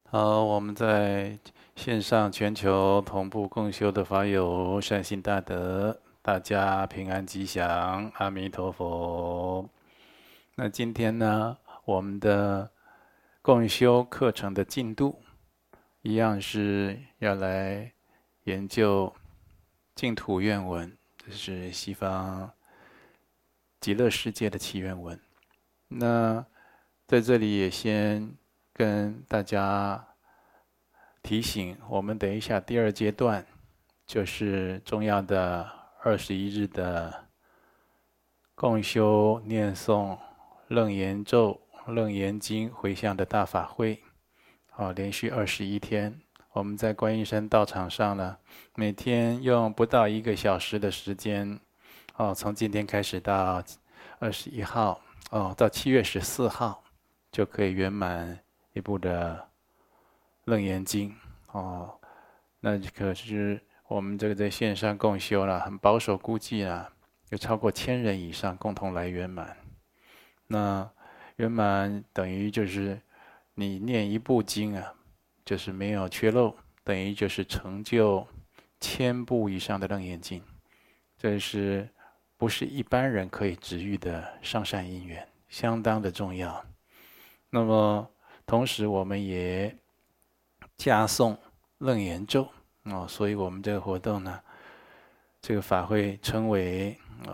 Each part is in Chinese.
好，我们在线上全球同步共修的法友，善心大德，大家平安吉祥，阿弥陀佛。那今天呢，我们的共修课程的进度，一样是要来研究净土愿文，这是西方极乐世界的祈愿文。那在这里也先跟大家提醒，我们等一下第二阶段就是重要的21日的共修念诵楞严咒、楞严经回向的大法会。连续21天，我们在观音山道场上呢，每天用不到1个小时的时间，从今天开始到21号，到7月14号，就可以圆满一部的楞严经。那可是我们这个在线上共修了，很保守估计啦，有超过1000人以上共同来圆满。那圆满等于就是你念一部经啊，就是没有缺漏，等于就是成就1000部以上的楞严经，这是不是一般人可以值遇的上善因缘，相当的重要。那么同时我们也加诵楞严咒所以我们这个活动呢，这个法会称为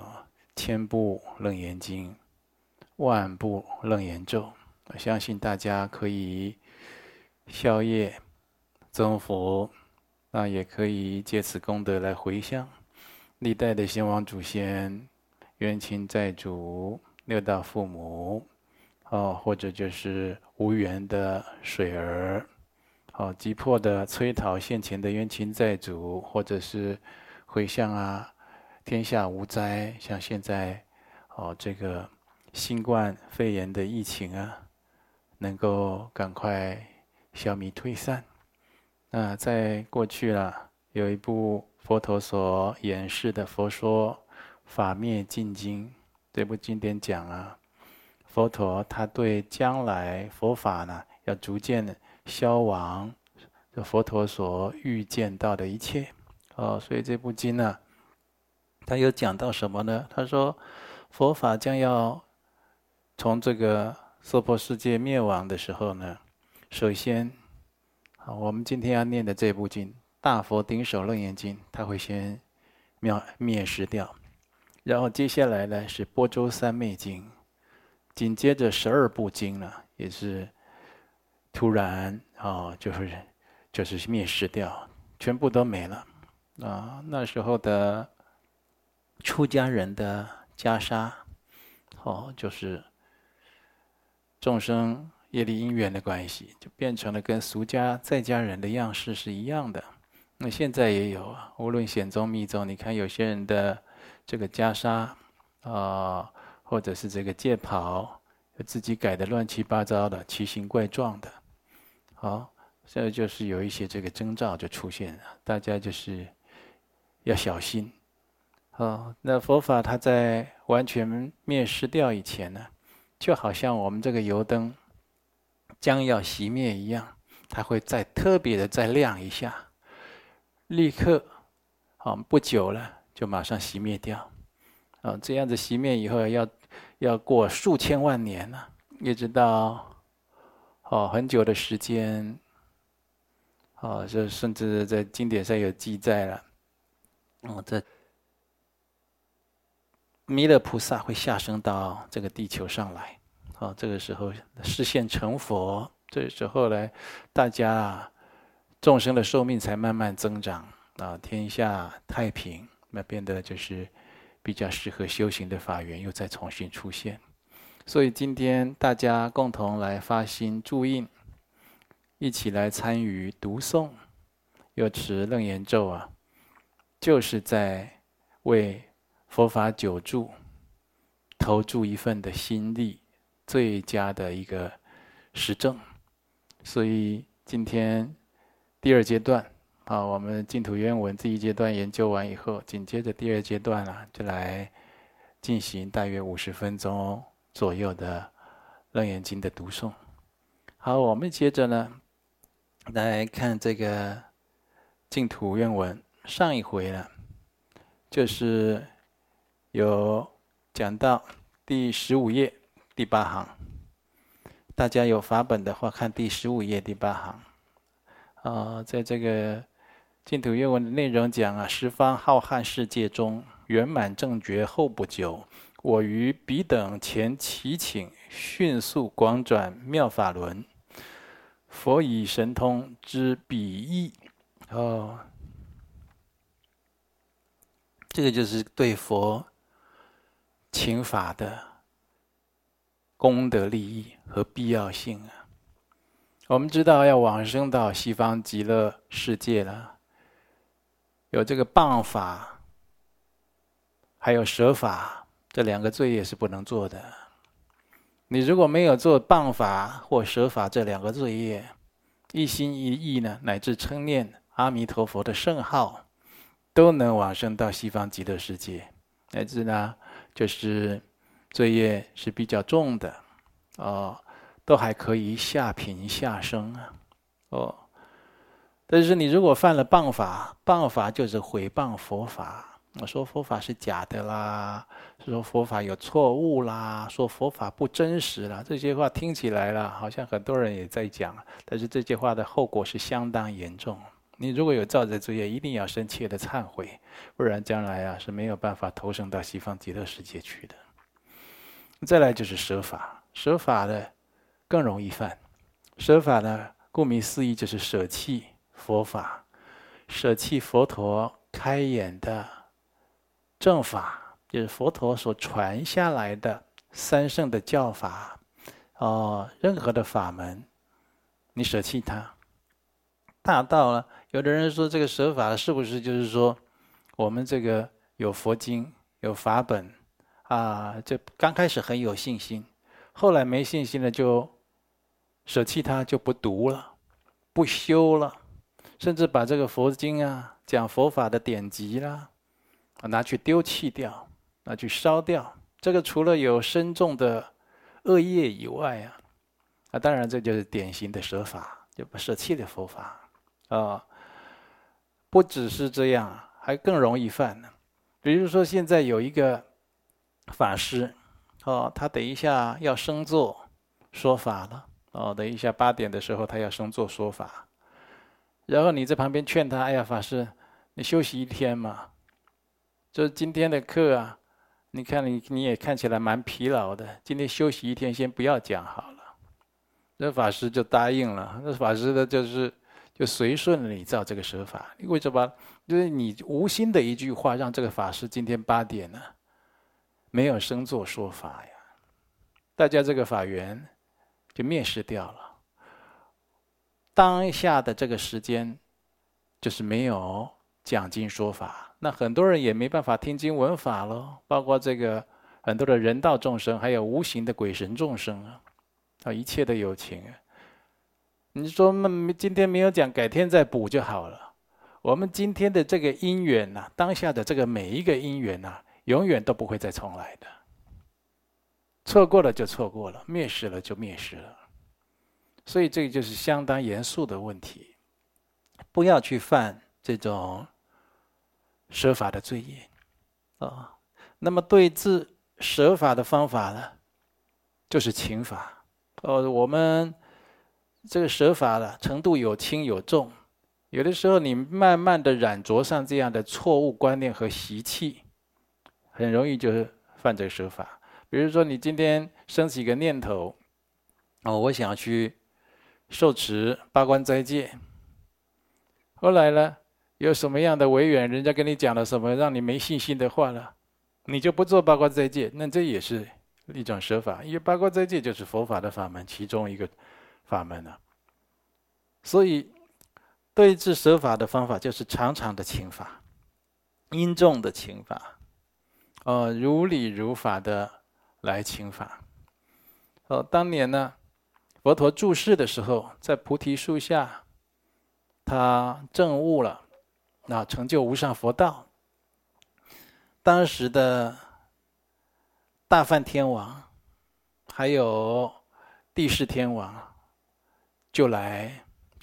1000部楞严经、10000部楞严咒。我相信大家可以消业增福，那也可以借此功德来回向历代的先王祖先、冤亲债主、六道父母，或者就是无缘的水儿，急迫的催讨现前的冤亲债主，或者是回向天下无灾，像现在这个新冠肺炎的疫情能够赶快消弭退散。那在过去有一部佛陀所演示的《佛说法灭尽经》，这部经典讲佛陀他对将来佛法呢要逐渐消亡，佛陀所预见到的一切所以这部经呢，他有讲到什么呢？他说佛法将要从这个娑婆世界灭亡的时候呢，首先我们今天要念的这部经大佛顶首楞严经，它会先灭失掉，然后接下来呢是般舟三昧经，紧接着12部经呢也是突然就是灭失掉，全部都没了那时候的出家人的袈裟就是众生业力因缘的关系，就变成了跟俗家在家人的样式是一样的。那现在也有无论显宗密宗，你看有些人的这个袈裟或者是这个戒袍，自己改的乱七八糟的、奇形怪状的，现在就是有一些这个征兆就出现了，大家就是要小心那佛法它在完全灭失掉以前呢，就好像我们这个油灯将要熄灭一样，它会再特别的再亮一下，立刻不久了就马上熄灭掉这样子熄灭以后要过数千万年了，一直到很久的时间这甚至在经典上有记载了这弥勒菩萨会下生到这个地球上来这个时候视现成佛，这个时候呢，大家众生的寿命才慢慢增长天下太平，那变得就是比较适合修行的法缘又再重新出现。所以今天大家共同来发心注印，一起来参与读诵，又持楞严咒就是在为佛法久住投注一份的心力，最佳的一个实证。所以今天第二阶段我们净土愿文第一阶段研究完以后，紧接着第二阶段就来进行大约50分钟左右的楞严经的读诵。好，我们接着呢来看这个净土愿文，上一回了，就是有讲到第15页第8行。大家有法本的话，看第15页第8行。在这个净土愿文的内容讲啊，十方浩瀚世界中，圆满正觉后不久，我于彼等前祈请，迅速广转妙法轮。佛以神通知彼意。这个就是对佛请法的功德利益和必要性啊。我们知道要往生到西方极乐世界了，有这个谤法，还有舍法，这2个罪业是不能做的。你如果没有做谤法或舍法这2个罪业，一心一意呢，乃至称念阿弥陀佛的圣号，都能往生到西方极乐世界。乃至呢，就是罪业是比较重的，都还可以下品下生啊。但是你如果犯了谤法，谤法就是毁谤佛法。我说佛法是假的啦，说佛法有错误啦，说佛法不真实啦，这些话听起来了，好像很多人也在讲，但是这些话的后果是相当严重。你如果有造这罪业，一定要深切的忏悔，不然将来是没有办法投生到西方极乐世界去的。再来就是舍法，舍法呢更容易犯。舍法呢，顾名思义就是舍弃佛法，舍弃佛陀开演的正法，就是佛陀所传下来的三圣的教法，任何的法门，你舍弃它。大到了，有的人说这个舍法是不是就是说，我们这个有佛经有法本这刚开始很有信心，后来没信心了就舍弃它，就不读了，不修了，甚至把这个佛经讲佛法的典籍啦，拿去丢弃掉，拿去烧掉。这个除了有深重的恶业以外当然这就是典型的舍法，就舍弃了佛法不只是这样，还更容易犯呢。比如说现在有一个法师他等一下要升座说法了等一下8点的时候他要升座说法，然后你在旁边劝他，哎呀法师，你休息1天嘛，就是今天的课你看你也看起来蛮疲劳的，今天休息1天，先不要讲好了。这法师就答应了，那法师的就随顺了你照这个舍法。为什么？就是你无心的一句话，让这个法师今天8点没有升座说法呀，大家这个法缘就灭失掉了。当下的这个时间就是没有讲经说法，那很多人也没办法听经闻法咯，包括这个很多的人道众生，还有无形的鬼神众生一切的有情你说今天没有讲，改天再补就好了。我们今天的这个因缘当下的这个每一个因缘永远都不会再重来的。错过了就错过了，灭失了就灭失了。所以这个就是相当严肃的问题，不要去犯这种舍法的罪业那么对治舍法的方法呢，就是勤法我们这个舍法程度有轻有重，有的时候你慢慢的染着上这样的错误观念和习气，很容易就是犯这个舍法。比如说你今天升起一个念头我想去受持八关斋戒，后来呢有什么样的违缘，人家跟你讲了什么让你没信心的话了，你就不做八关斋戒，那这也是一种舍法，因为八关斋戒就是佛法的法门其中一个法门所以对治舍法的方法就是常常的勤法，殷重的勤法如理如法的来勤法当年呢佛陀住世的时候，在菩提树下他证悟了成就无上佛道。当时的大梵天王还有帝释天王就来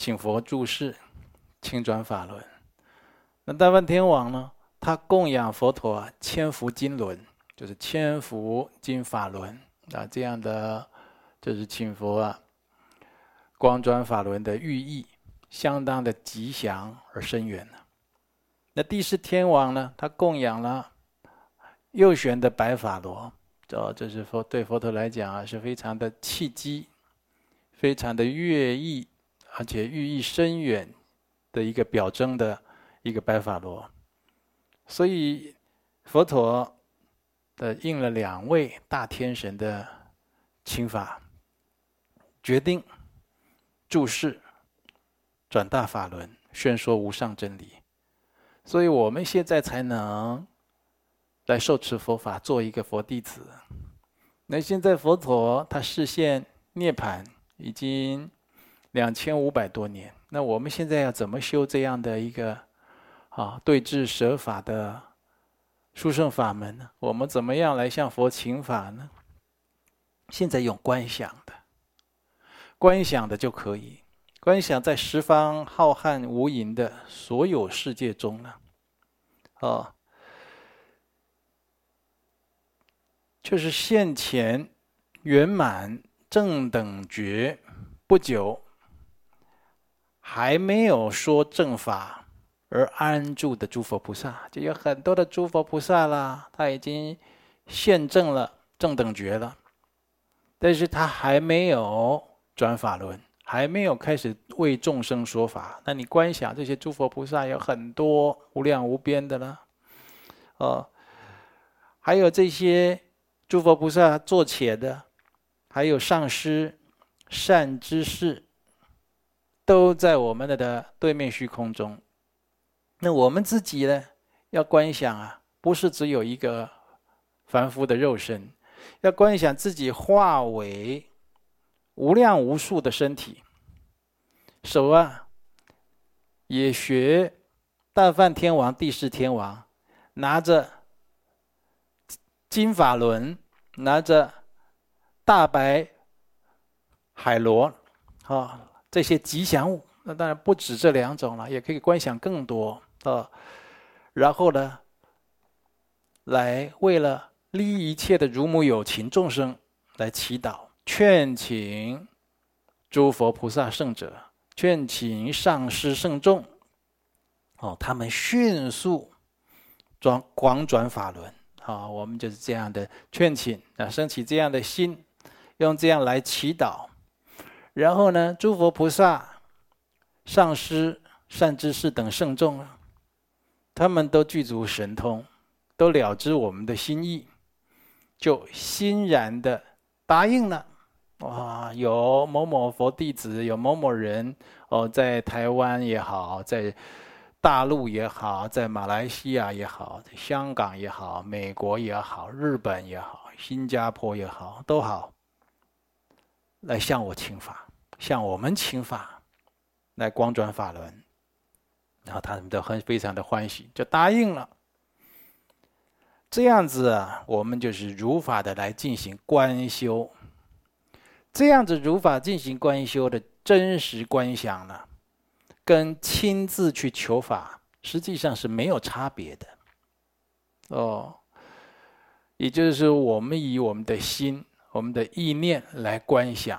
请佛住世，请转法轮。那大梵天王呢，他供养佛陀千福金轮，就是千福金法轮啊，这样的就是请佛光转法轮的寓意，相当的吉祥而深远。那帝释天王呢，他供养了右旋的白法罗，这是对佛陀来讲是非常的契机，非常的悦意，而且寓意深远的一个表征的一个白法罗。所以佛陀应了2位大天神的请法，决定住世转大法轮，宣说无上真理。所以我们现在才能来受持佛法，做一个佛弟子。那现在佛陀他示现涅槃已经2500多年，那我们现在要怎么修这样的一个对治舍法的殊胜法门呢？我们怎么样来向佛请法呢？现在用观想的，观想的就可以。观想在十方浩瀚无垠的所有世界中呢，就是现前圆满正等觉不久，还没有说正法而安住的诸佛菩萨，就有很多的诸佛菩萨啦，他已经现证了正等觉了，但是他还没有转法轮，还没有开始为众生说法。那你观想这些诸佛菩萨有很多无量无边的了，还有这些诸佛菩萨坐且的，还有上师、善知识，都在我们的对面虚空中。那我们自己呢，要观想不是只有一个凡夫的肉身，要观想自己化为无量无数的身体。手也学大梵天王、帝释天王，拿着金法轮，拿着大白海螺这些吉祥物。那当然不止这2种了，也可以观想更多然后呢，来为了利益一切的如母有情众生来祈祷，劝请诸佛菩萨圣者，劝请上师圣众他们迅速广转法轮我们就是这样的劝请升起这样的心，用这样来祈祷。然后呢，诸佛菩萨、上师、善知识等圣众他们都具足神通，都了知我们的心意，就欣然的答应了。有某某佛弟子，有某某人在台湾也好，在大陆也好，在马来西亚也好，在香港也好，美国也好，日本也好，新加坡也好，都好，来向我请法，向我们请法，来光转法轮。然后他们都非常的欢喜，就答应了。这样子我们就是如法的来进行观修。这样子如法进行观修的真实观想呢，跟亲自去求法实际上是没有差别的也就是说，我们以我们的心、我们的意念来观想。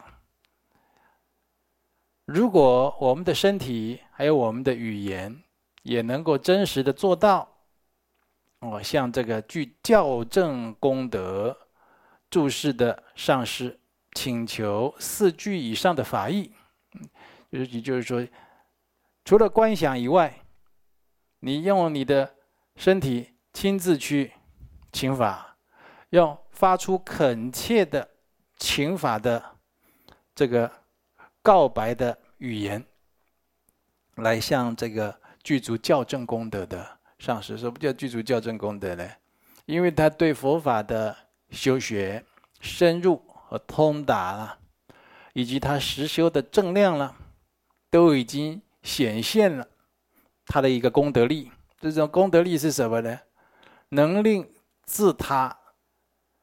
如果我们的身体还有我们的语言也能够真实的做到像这个具校正功德注释的上师请求4句以上的法义，也就是说，除了观想以外，你用你的身体亲自去请法，用发出恳切的请法的这个告白的语言，来向这个具足校正功德的上师。什么叫具足校正功德呢？因为他对佛法的修学深入和通达了，以及他实修的正量了，都已经显现了他的一个功德力。这种功德力是什么呢？能令自他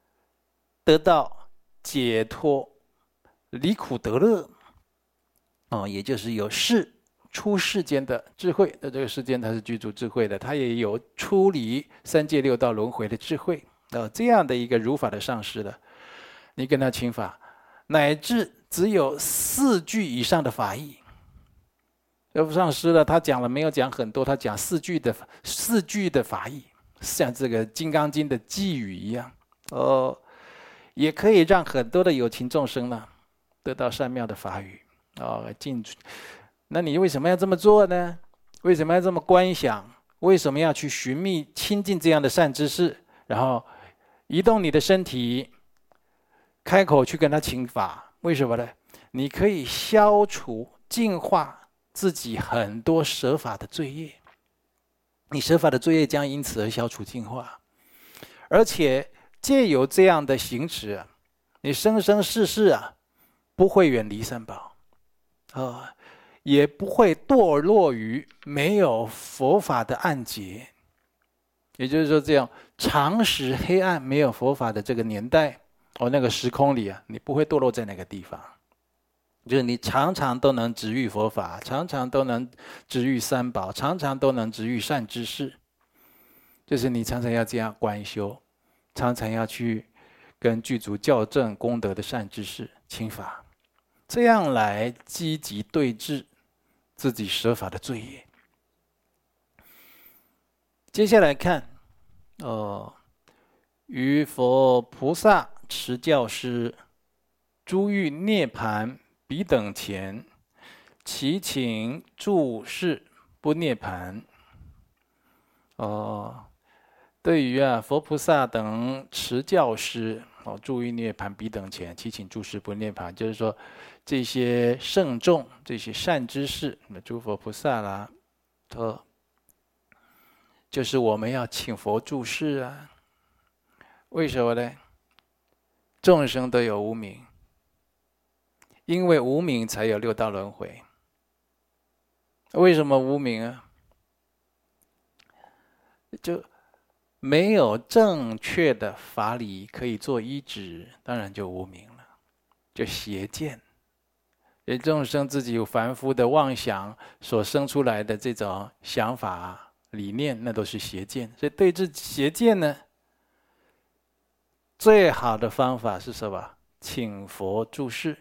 得到解脱、离苦得乐也就是有出世间的智慧，在这个世间它是具足智慧的，它也有出离三界六道轮回的智慧。这样的一个如法的上师了，你跟他请法，乃至只有4句以上的法义。上师了，他讲了没有讲很多，他讲4句的法义，像这个《金刚经》的偈语一样，也可以让很多的有情众生呢得到善妙的法语，进。那你为什么要这么做呢？为什么要这么观想？为什么要去寻觅亲近这样的善知识？然后移动你的身体，开口去跟他请法，为什么呢？你可以消除、净化自己很多舍法的罪业，你舍法的罪业将因此而消除净化，而且借由这样的行持，你生生世世不会远离三宝，也不会堕落于没有佛法的暗劫。也就是说，这样常识黑暗、没有佛法的这个年代，那个时空里你不会堕落在那个地方。就是你常常都能值遇佛法，常常都能值遇三宝，常常都能值遇善知识。就是你常常要这样观修，常常要去跟具足教正功德的善知识请法，这样来积极对治自己舍法的罪业。接下来看，于佛菩萨持教师，诸欲涅盘彼等前，其请住世不涅盘。对于佛菩萨等持教师，诸欲涅盘彼等前，其请住世不涅盘，就是说这些圣众、这些善知识，诸佛菩萨啦，就是我们要请佛住世为什么呢？众生都有无明，因为无明才有六道轮回。为什么无明就没有正确的法理可以做依止，当然就无明了，就邪见。众生自己有凡夫的妄想所生出来的这种想法理念，那都是邪见。所以对治邪见呢，最好的方法是什么？请佛住世。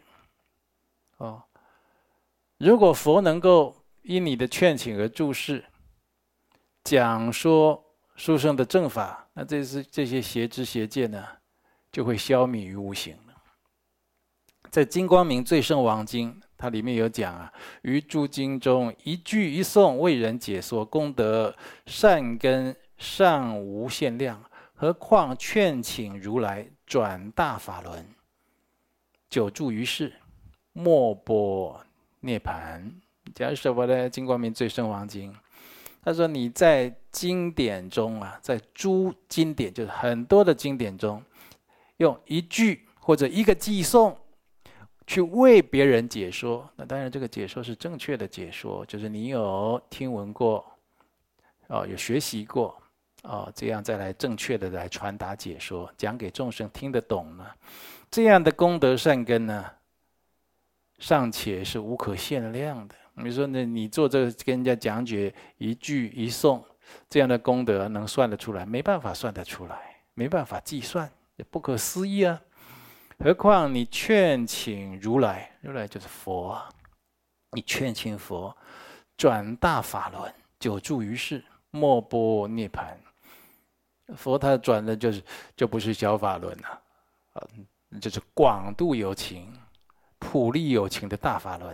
如果佛能够因你的劝请而住世，讲说殊胜的正法，那这些邪知邪见呢，就会消弭于无形了。在《金光明最胜王经》，它里面有讲于诸经中一句一颂为人解说，功德善根尚无限量，何况劝请如来转大法轮，久住于世，莫波涅盘。讲什么呢？《金光明最胜王经》他说，你在经典中在诸经典，就是很多的经典中，用一句或者一个偈颂去为别人解说，那当然这个解说是正确的解说，就是你有听闻过，有学习过，这样再来正确的来传达解说，讲给众生听得懂呢。这样的功德善根呢，尚且是无可限量的。你说呢？你做这个跟人家讲解一句一颂，这样的功德能算得出来？没办法算得出来，没办法计算，也不可思议何况你劝请如来，如来就是佛你劝请佛转大法轮，久住于世，莫波涅盘。佛他转的就不是小法轮就是广度有情、普利有情的大法轮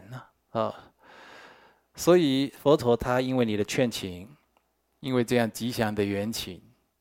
所以佛陀他因为你的劝请，因为这样吉祥的缘起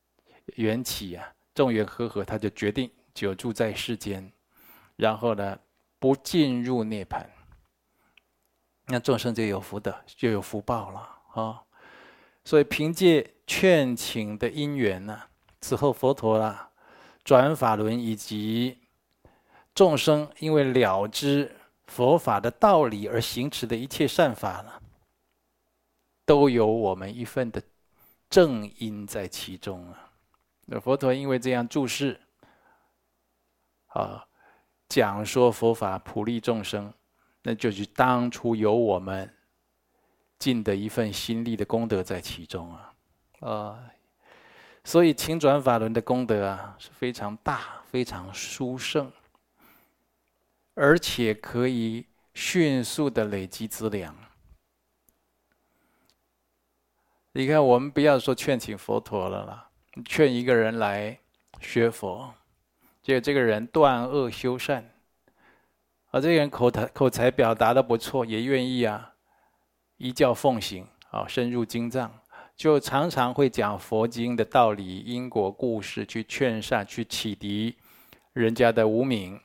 众缘和合，他就决定久住在世间，然后呢不进入涅槃，那众生就有福德，就有福报了所以凭借劝请的因缘此后佛陀转法轮，以及众生因为了知佛法的道理而行持的一切善法都有我们一份的正因在其中那佛陀因为这样注释讲说佛法普利众生， 那就是当初有我们尽的一份心力的功德在其中所以请转法轮的功德是非常大、非常殊胜，而且可以迅速的累积资粮。你看，我们不要说劝请佛陀了啦，劝一个人来学佛，结果这个人断恶修善，这个人口才表达的不错，也愿意依教奉行深入经藏，就常常会讲佛经的道理、因果故事，去劝善，去启迪人家的无明。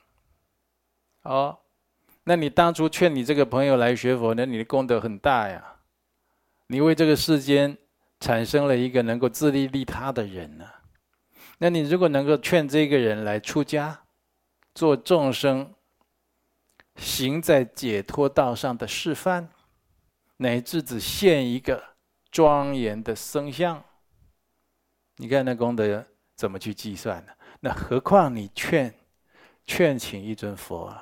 那你当初劝你这个朋友来学佛，那你的功德很大呀，你为这个世间产生了一个能够自利利他的人呢。那你如果能够劝这个人来出家，做众生行在解脱道上的示范，乃至只现一个庄严的僧像，你看那功德怎么去计算呢？那何况你劝请一尊佛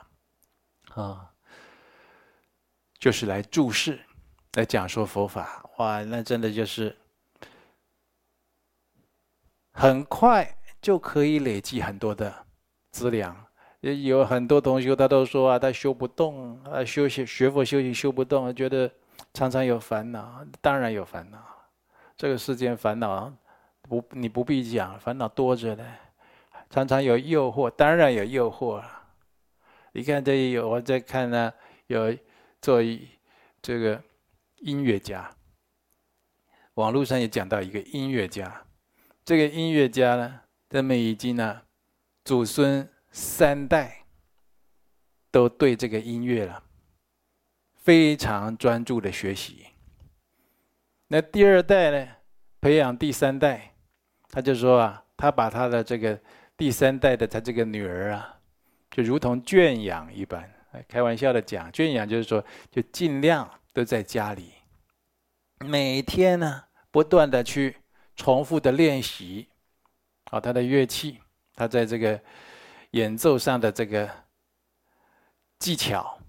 就是来注释，来讲说佛法，哇，那真的就是很快就可以累积很多的资粮。有很多同学他都说他修不动，学佛修行修不动，觉得常常有烦恼。当然有烦恼，这个世间烦恼你不必讲，烦恼多着呢。常常有诱惑，当然有诱惑了。你看我在看有做这个音乐家，网络上也讲到一个音乐家，这个音乐家呢，他们已经祖孙3代都对这个音乐非常专注的学习。那第2代呢，培养第3代，他就说他把他的这个第3代的他这个女儿就如同圈养一般。开玩笑的讲，圈养就是说，就尽量都在家里，每天不断的去重复的练习他的乐器，他在这个演奏上的这个技巧，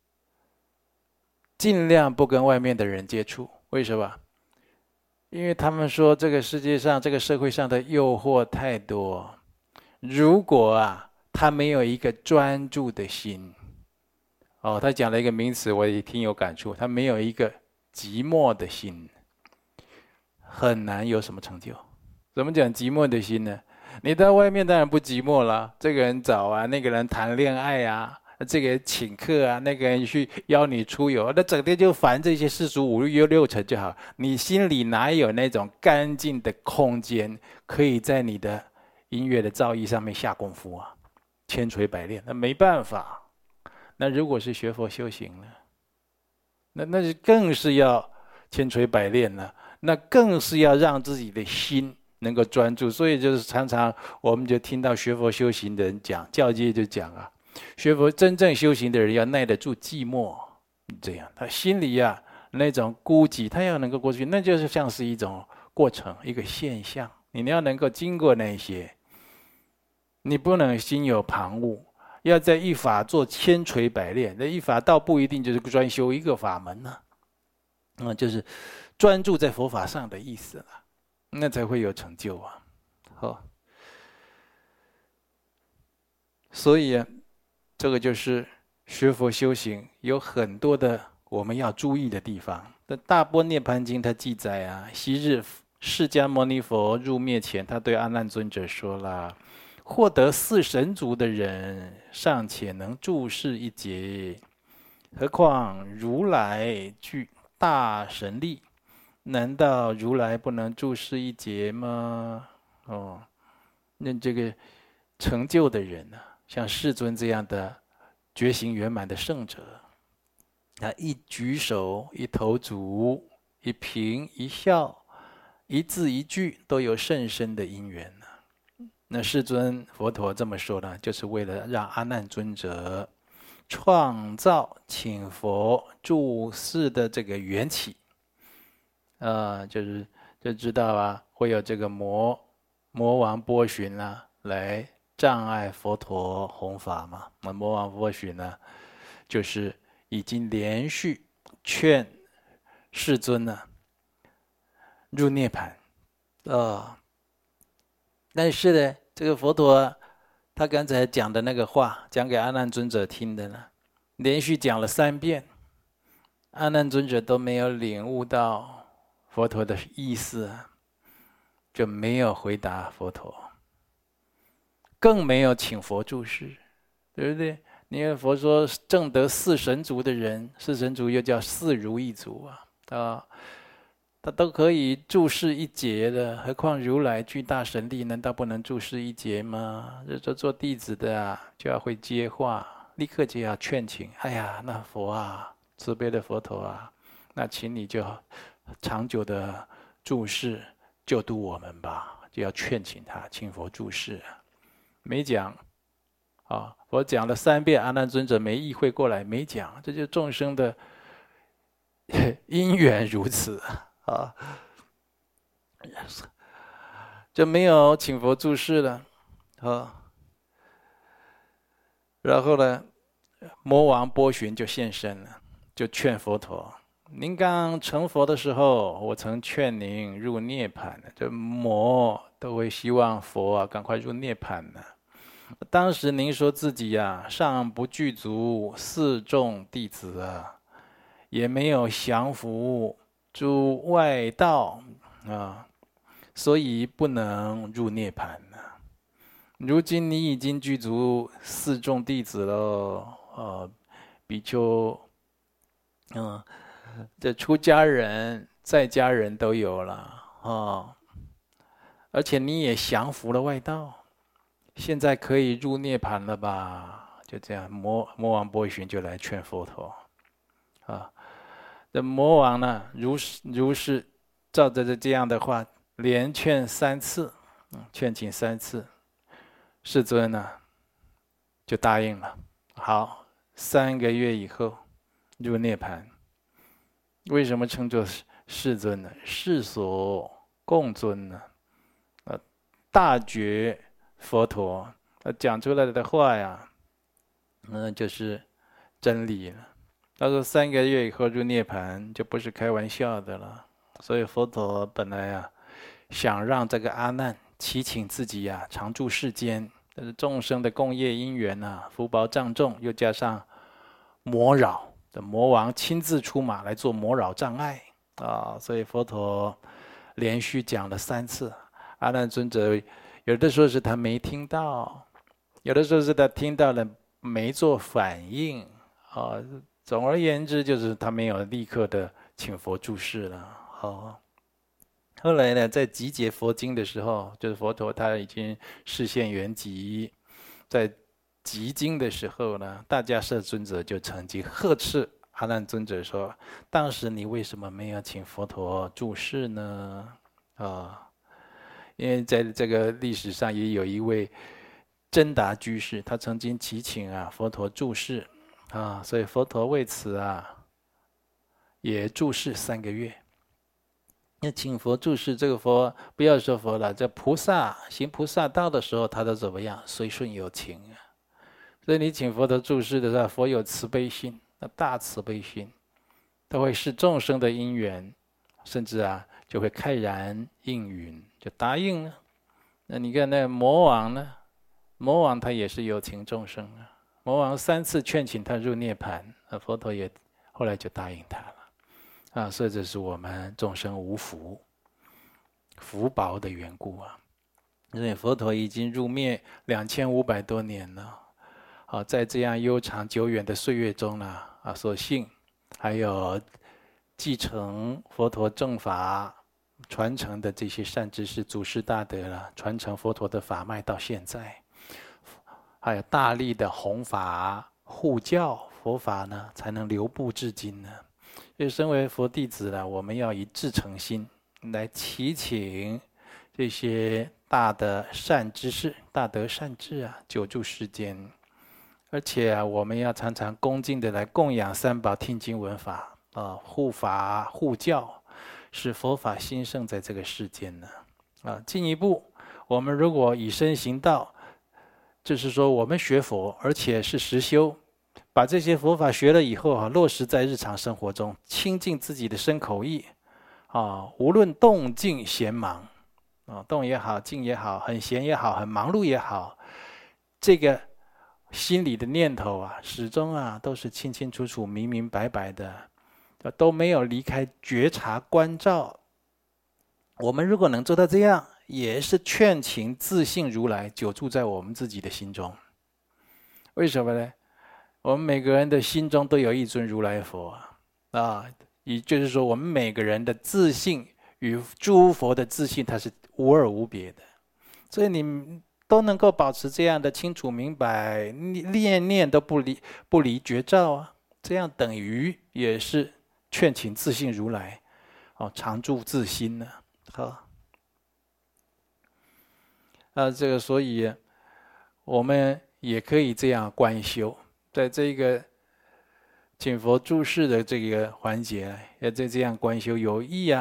尽量不跟外面的人接触。为什么？因为他们说这个世界上、这个社会上的诱惑太多，如果他没有一个专注的心，他讲了一个名词，我也挺有感触，他没有一个寂寞的心，很难有什么成就。怎么讲寂寞的心呢？你到外面当然不寂寞了，这个人找那个人谈恋爱这个人请客那个人去邀你出游，那整天就烦这些世俗5、6成就好。你心里哪有那种干净的空间，可以在你的音乐的造诣上面下功夫千锤百炼？那没办法。那如果是学佛修行呢？那更是要千锤百炼了，那更是要让自己的心能够专注。所以就是常常我们就听到学佛修行的人讲，教界就讲学佛真正修行的人要耐得住寂寞，这样他心里那种孤寂，他要能够过去，那就是像是一种过程，一个现象。你要能够经过那些，你不能心有旁骛，要在一法做千锤百炼。那一法倒不一定就是专修一个法门就是专注在佛法上的意思了，那才会有成就好，所以这个就是学佛修行有很多的我们要注意的地方。那《大般涅槃经》它记载昔日释迦牟尼佛入灭前，他对阿难尊者说了：获得4神足的人尚且能注释一劫，何况如来具大神力，难道如来不能注释一劫吗？那这个成就的人像世尊这样的觉醒圆满的圣者，他一举手、一投足、一颦一笑、一字一句都有甚深的因缘。那世尊佛陀这么说呢，就是为了让阿难尊者创造请佛注释的这个缘起，就知道会有这个魔王波旬来障碍佛陀弘法嘛。那魔王波旬就是已经连续劝世尊呢入涅槃但是呢，这个佛陀他刚才讲的那个话，讲给阿难尊者听的呢，连续讲了3遍，阿难尊者都没有领悟到佛陀的意思就没有回答佛陀，更没有请佛住世，对不对？因为佛说证得4神足的人，4神足又叫4如意足他都可以住世1劫的，何况如来具大神力，难道不能住世1劫吗？这做弟子的就要会接话，立刻就要劝请。哎呀，那佛慈悲的佛陀那请你就长久的住世救度我们吧，就要劝请他，请佛住世没讲佛讲了3遍，阿难尊者没意会过来，没讲，这就众生的因缘如此就没有请佛住世了然后呢，魔王波旬就现身了，就劝佛陀：您刚成佛的时候，我曾劝您入涅槃这魔都会希望佛赶快入涅槃呢。当时您说自己尚不具足4众弟子也没有降伏诸外道所以不能入涅槃如今你已经具足4众弟子了比丘这出家人在家人都有了而且你也降服了外道，现在可以入涅槃了吧？就这样，魔王波旬就来劝佛陀这魔王呢，如是照着这样的话，连劝3次，劝请3次，世尊就答应了。好，3个月以后入涅槃。为什么称作世尊呢？世所共尊呢？大觉佛陀讲出来的话就是真理了。他说3个月以后入涅槃，就不是开玩笑的了。所以佛陀本来想让这个阿难祈请自己常住世间，但是众生的共业因缘福报障重，又加上魔扰的魔王亲自出马来做魔扰障碍所以佛陀连续讲了3次。阿难尊者有的时候是他没听到，有的时候是他听到了没做反应总而言之，就是他没有立刻的请佛住世了后来呢，在集结佛经的时候，就是佛陀他已经示现圆寂，在集经的时候呢，大迦叶尊者就曾经呵斥阿难尊者说：“当时你为什么没有请佛陀住世呢？”因为在这个历史上也有一位真达居士，他曾经祈请佛陀住世所以佛陀为此也住世3个月。那请佛住世，这个佛不要说佛了，这菩萨行菩萨道的时候，他都怎么样？随顺有情所以你请佛陀住世的时候，佛有慈悲心，大慈悲心，他会视众生的因缘，甚至就会开然应允，就答应了。那你看那魔王呢？魔王他也是有情众生魔王3次劝请他入涅槃，佛陀也后来就答应他了所以这是我们众生无福薄的缘故因为佛陀已经入灭2500多年了在这样悠长久远的岁月中所幸还有继承佛陀正法传承的这些善知识祖师大德传承佛陀的法脉到现在，还有大力的弘法护教，佛法才能流布至今所以身为佛弟子我们要以至诚心来祈请这些大的善知识、大德善智久住世间，而且我们要常常恭敬的来供养三宝、听经闻法护法护教，使佛法兴盛在这个世间进一步，我们如果以身行道，就是说我们学佛，而且是实修， 把这些佛法学了以后落实在日常生活中，清净自己的身口意无论动静闲忙动也好，静也好，很闲也好，很忙碌也好，这个心里的念头始终都是清清楚楚、明明白白的，都没有离开觉察关照。我们如果能做到这样，也是劝请自性如来久住在我们自己的心中。为什么呢？我们每个人的心中都有一尊如来佛也就是说，我们每个人的自性与诸佛的自性，它是无二无别的。所以你都能够保持这样的清楚明白，念念都不离觉照这样等于也是劝请自性如来常住自心呢。这个所以我们也可以这样观修，在这个请佛注释的这个环节，要在这样观修有意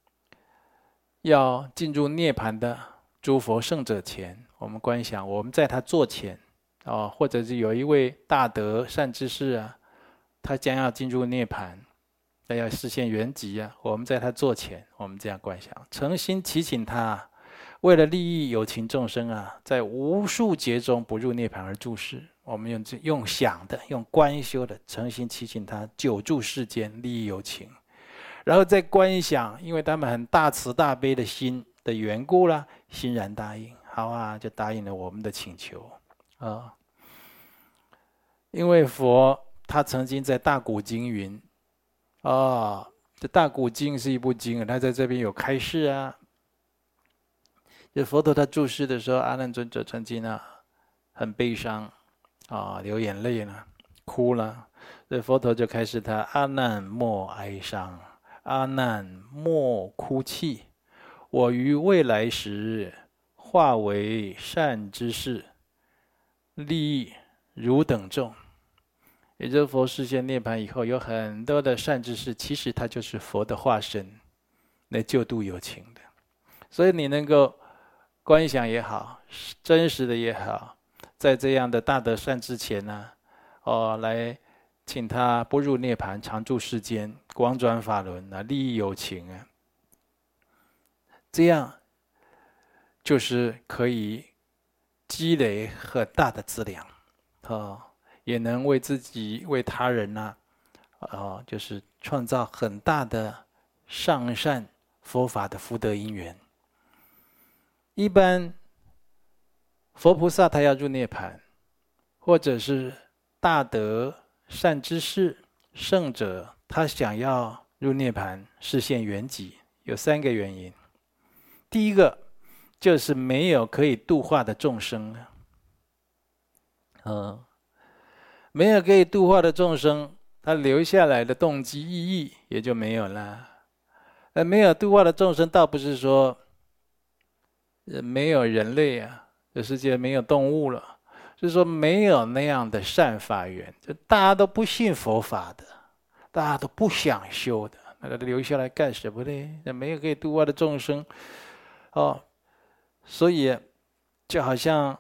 要进入涅槃的诸佛圣者前，我们观想我们在他座前或者是有一位大德善知识他将要进入涅槃，他要实现圆寂我们在他座前，我们这样观想，诚心祈请他为了利益有情众生在无数劫中不入涅槃而注释。我们用想的，用观修的，诚心祈请他久住世间，利益有情。然后再观想，因为他们很大慈大悲的心的缘故欣然答应，好就答应了我们的请求因为佛他曾经在大古经云这大古经是一部经他在这边有开示这佛陀他注释的时候，阿难尊者曾经很悲伤流眼泪了，哭了。所以佛陀就开始他阿难莫哀伤，阿难莫哭泣，我于未来时化为善知识，利益汝等众。也就是佛实现涅槃以后，有很多的善知识，其实他就是佛的化身，来救度有情的。所以你能够观想也好，真实的也好，在这样的大德善知前来请他不入涅槃，常住世间，广转法轮利益有情这样就是可以积累很大的资粮也能为自己为他人就是创造很大的上善佛法的福德因缘。一般佛菩萨他要入涅槃，或者是大德善知识圣者他想要入涅槃实现圆寂，有3个原因。第一个就是没有可以度化的众生没有可以度化的众生，他留下来的动机意义也就没有了。没有度化的众生，倒不是说没有人类这世界没有动物了，就是说没有那样的善法缘，就大家都不信佛法的，大家都不想修的，那留下来干什么呢？没有可以度化的众生所以就好像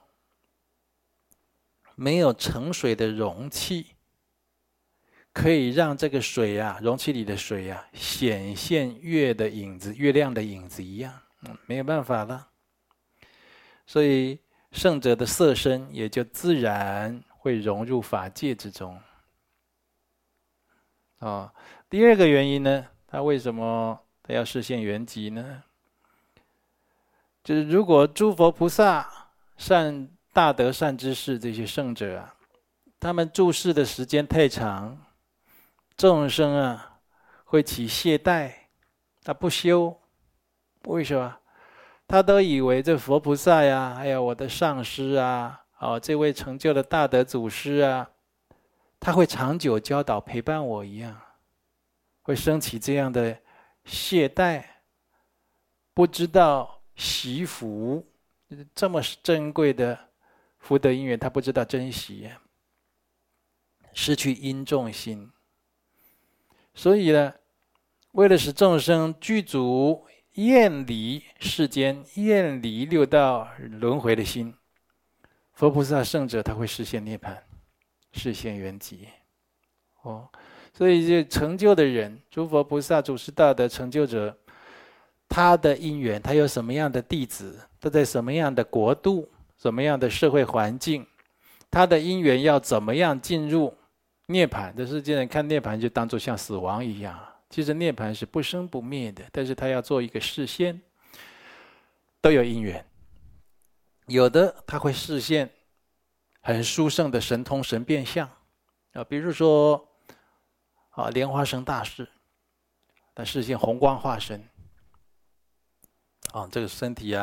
没有盛水的容器，可以让这个水容器里的水显现月的影子、月亮的影子一样，没有办法了。所以圣者的色身也就自然会融入法界之中。第二个原因呢，他为什么他要实现圆寂呢？就是如果诸佛菩萨、大德善知识这些圣者他们住世的时间太长，众生会起懈怠，他不修。为什么？他都以为这佛菩萨还有我的上师这位成就的大德祖师他会长久教导陪伴我一样，会升起这样的懈怠，不知道惜福，这么珍贵的福德因缘他不知道珍惜失去因重心。所以呢，为了使众生具足厌离世间、厌离六道轮回的心，佛菩萨圣者他会实现涅槃，实现圆寂所以这成就的人，诸佛菩萨、祖师大德成就者，他的因缘，他有什么样的弟子，他在什么样的国度，什么样的社会环境，他的因缘要怎么样进入涅槃？这世界人看涅槃就当作像死亡一样，其实涅槃是不生不灭的，但是他要做一个示现，都有因缘。有的他会示现很殊胜的神通神变相比如说莲花生大士，他示现红光化身这个身体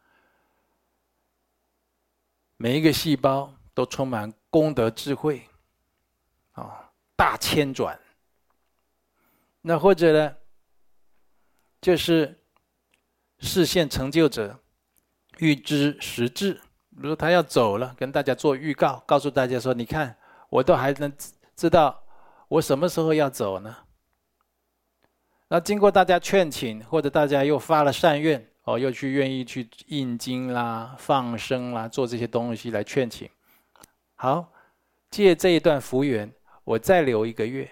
每一个细胞都充满功德智慧大千转。那或者呢，就是示现成就者预知时至，比如他要走了，跟大家做预告，告诉大家说：“你看，我都还能知道我什么时候要走呢？”那经过大家劝请，或者大家又发了善愿，又愿意去印经啦、放生啦，做这些东西来劝请。好，借这一段福缘，我再留1个月。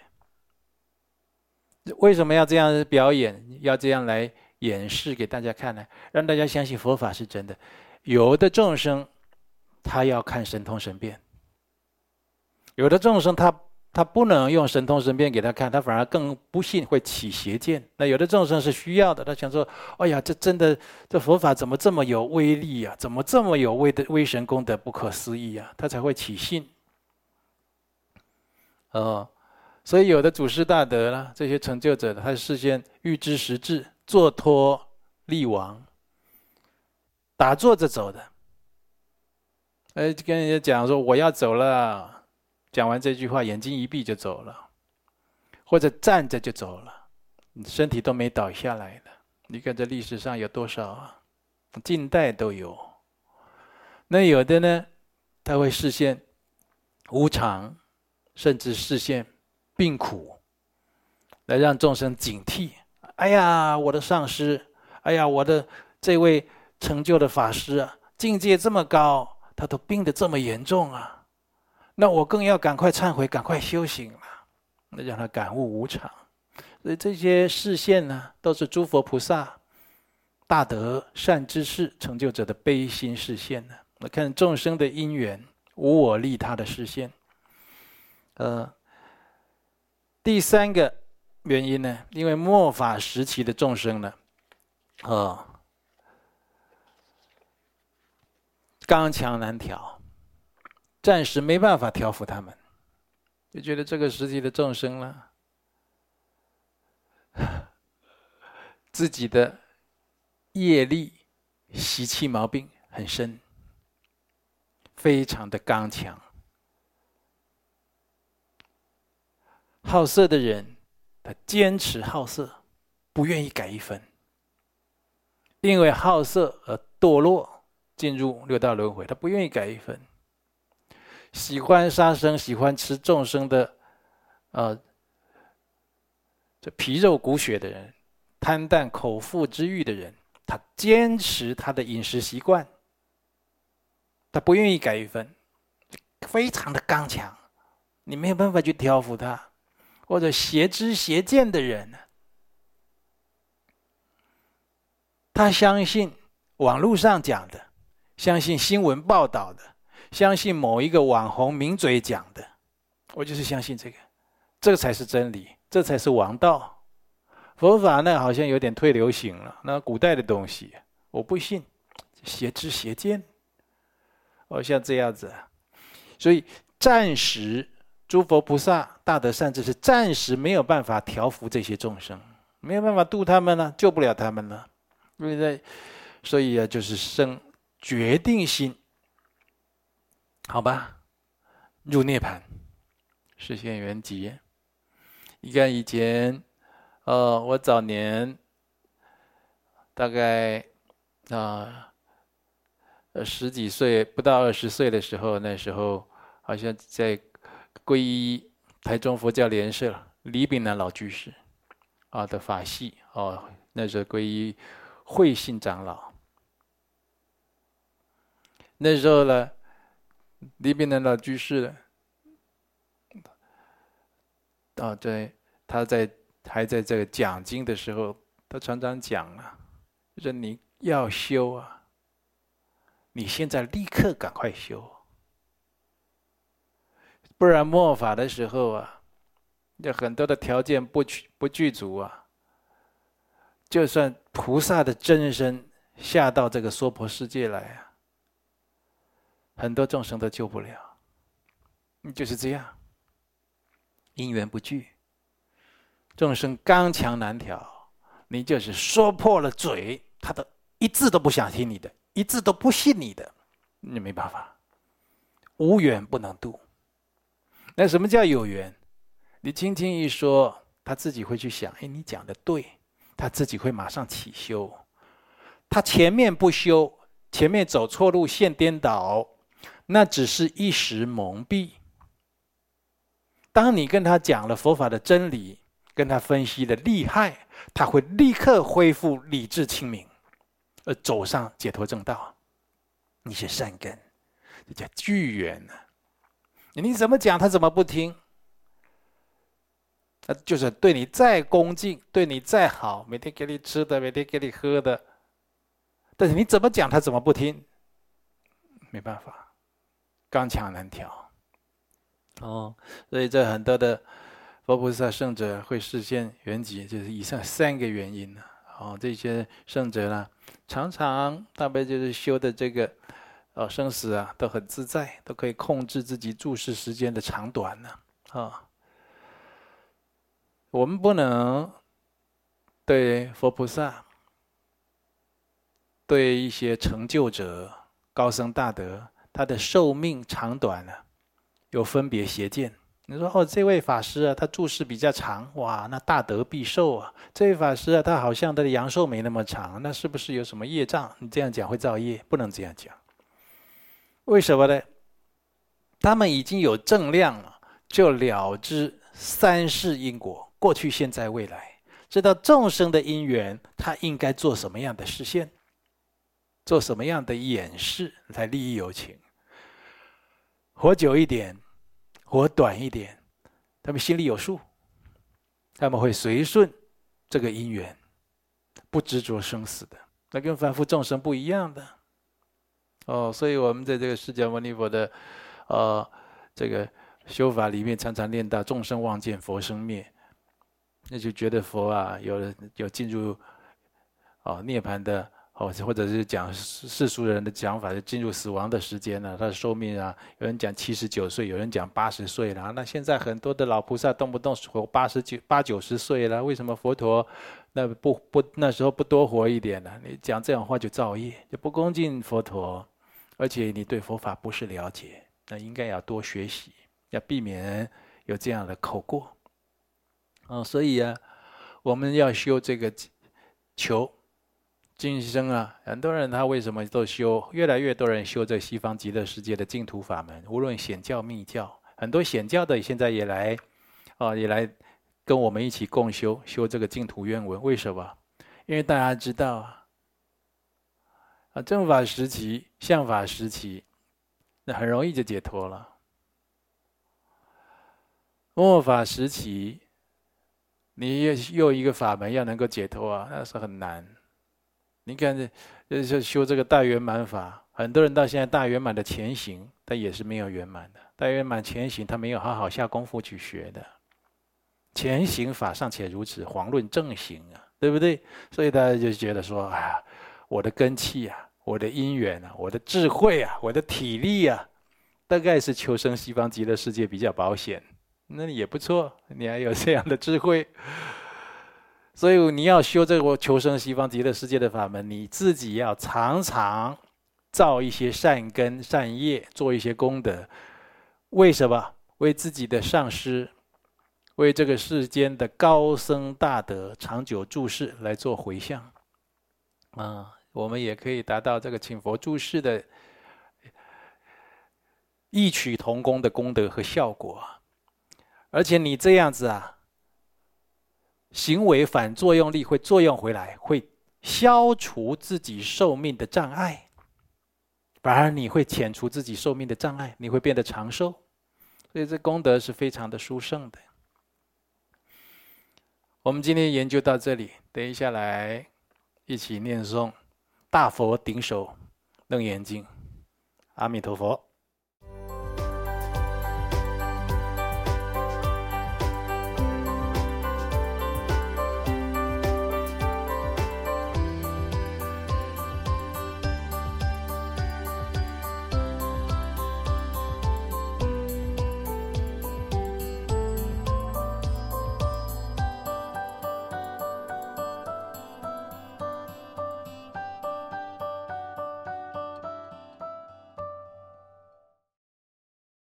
为什么要这样表演？要这样来演示给大家看呢？让大家相信佛法是真的。有的众生他要看神通神变，有的众生他不能用神通神变给他看，他反而更不信，会起邪见。那有的众生是需要的，他想说：“哎呀，这真的，这佛法怎么这么有威力啊？怎么这么有威神功德，不可思议啊！”他才会起信。所以有的祖师大德啦，这些成就者，他事先预知时至，坐脱力王，打坐着走的。跟人家讲说我要走了，讲完这句话，眼睛一闭就走了，或者站着就走了，身体都没倒下来的。你看这历史上有多少啊？近代都有。那有的呢，他会示现无常，甚至示现病苦，来让众生警惕。哎呀，我的上师，哎呀，我的这位成就的法师啊，境界这么高，他都病得这么严重啊，那我更要赶快忏悔，赶快修行了，那让他感悟无常。所以这些示现呢，都是诸佛菩萨、大德、善知识成就者的悲心示现呢。我看众生的因缘，无我利他的示现。第3个原因呢，因为末法时期的众生呢，刚强难调，暂时没办法调服他们，就觉得这个时期的众生呢，自己的业力、习气毛病很深，非常的刚强。好色的人，他坚持好色，不愿意改一分，因为好色而堕落，进入6道轮回，他不愿意改一分。喜欢杀生，喜欢吃众生的这皮肉骨血的人，贪啖口腹之欲的人，他坚持他的饮食习惯，他不愿意改一分，非常的刚强，你没有办法去调服他。或者邪知邪见的人，他相信网络上讲的，相信新闻报道的，相信某一个网红名嘴讲的，我就是相信这个才是真理，这才是王道。佛法呢，好像有点退流行了，那古代的东西我不信，邪知邪见，像这样子。所以暂时诸佛菩萨、大德善知识暂时没有办法调伏这些众生，没有办法度他们了，救不了他们了，对不对？所以就是生决定心，好吧，入涅槃，实现圆寂。你看以前，我早年大概10几岁，不到20岁的时候，那时候好像在皈依台中佛教莲社李炳南老居士的法系那时候皈依慧信长老。那时候呢，李炳南老居士他还在这个讲经的时候，他常常讲啊，就是你要修啊，你现在立刻赶快修，不然末法的时候啊，有很多的条件不具足啊，就算菩萨的真身下到这个娑婆世界来啊，很多众生都救不了。就是这样，因缘不具，众生刚强难调，你就是说破了嘴，他都一字都不想听你的，一字都不信你的，你没办法，无缘不能度。那什么叫有缘？你轻轻一说，他自己会去想，哎，你讲的对，他自己会马上起修。他前面不修，前面走错路线颠倒，那只是一时蒙蔽。当你跟他讲了佛法的真理，跟他分析的厉害，他会立刻恢复理智清明，而走上解脱正道。你是善根，这叫具缘呢。你怎么讲他怎么不听？他就是对你再恭敬，对你再好，每天给你吃的，每天给你喝的，但是你怎么讲他怎么不听？没办法，刚强难调。所以这很多的佛菩萨圣者会示现圆寂，就是以上3个原因呢。这些圣者呢，常常大概就是修的这个生死啊，都很自在，都可以控制自己注视时间的长短呢。我们不能对佛菩萨、对一些成就者、高僧大德，他的寿命长短呢，有分别邪见。你说这位法师啊，他住世比较长，哇，那大德必寿啊。这位法师啊，他好像他的阳寿没那么长，那是不是有什么业障？你这样讲会造业，不能这样讲。为什么呢？他们已经有正量了，就了知3世因果，过去、现在、未来，知道众生的因缘，他应该做什么样的示现，做什么样的演示，才利益有情。活久一点，活短一点，他们心里有数，他们会随顺这个因缘，不执着生死的，那跟凡夫众生不一样的。所以我们在这个释迦牟尼佛的这个修法里面，常常念到众生望见佛生灭，那就觉得佛啊有进入涅槃的，或者是讲世俗人的讲法，就进入死亡的时间了。他的寿命啊，有人讲79岁，有人讲80岁了。那现在很多的老菩萨动不动活80、90岁了，为什么佛陀那时候不多活一点呢？你讲这种话就造业，就不恭敬佛陀，而且你对佛法不是了解，那应该要多学习，要避免有这样的口过。所以啊，我们要修这个求今生啊，很多人他为什么都修？越来越多人修这西方极乐世界的净土法门，无论显教密教，很多显教的现在也来跟我们一起共修这个净土愿文。为什么？因为大家知道正法时期、相法时期，那很容易就解脱了。末法时期，你又一个法门要能够解脱啊，那是很难。你看，就是修这个大圆满法，很多人到现在大圆满的前行，他也是没有圆满的。大圆满前行，他没有好好下功夫去学的。前行法尚且如此，遑论正行啊，对不对？所以大家就觉得说，哎呀，我的根器啊，我的因缘啊，我的智慧啊，我的体力啊，大概是求生西方极乐世界比较保险。那也不错，你还有这样的智慧。所以你要修这个求生西方极乐世界的法门，你自己要常常造一些善根善业，做一些功德。为什么？为自己的上师，为这个世间的高僧大德长久住世来做回向。我们也可以达到这个请佛住世的异曲同工的功德和效果。而且你这样子啊，行为反作用力会作用回来，会消除自己寿命的障碍，反而你会遣除自己寿命的障碍，你会变得长寿。所以这功德是非常的殊胜的。 我们今天研究到这里，等一下来一起念诵《大佛顶首楞严经》。阿弥陀佛。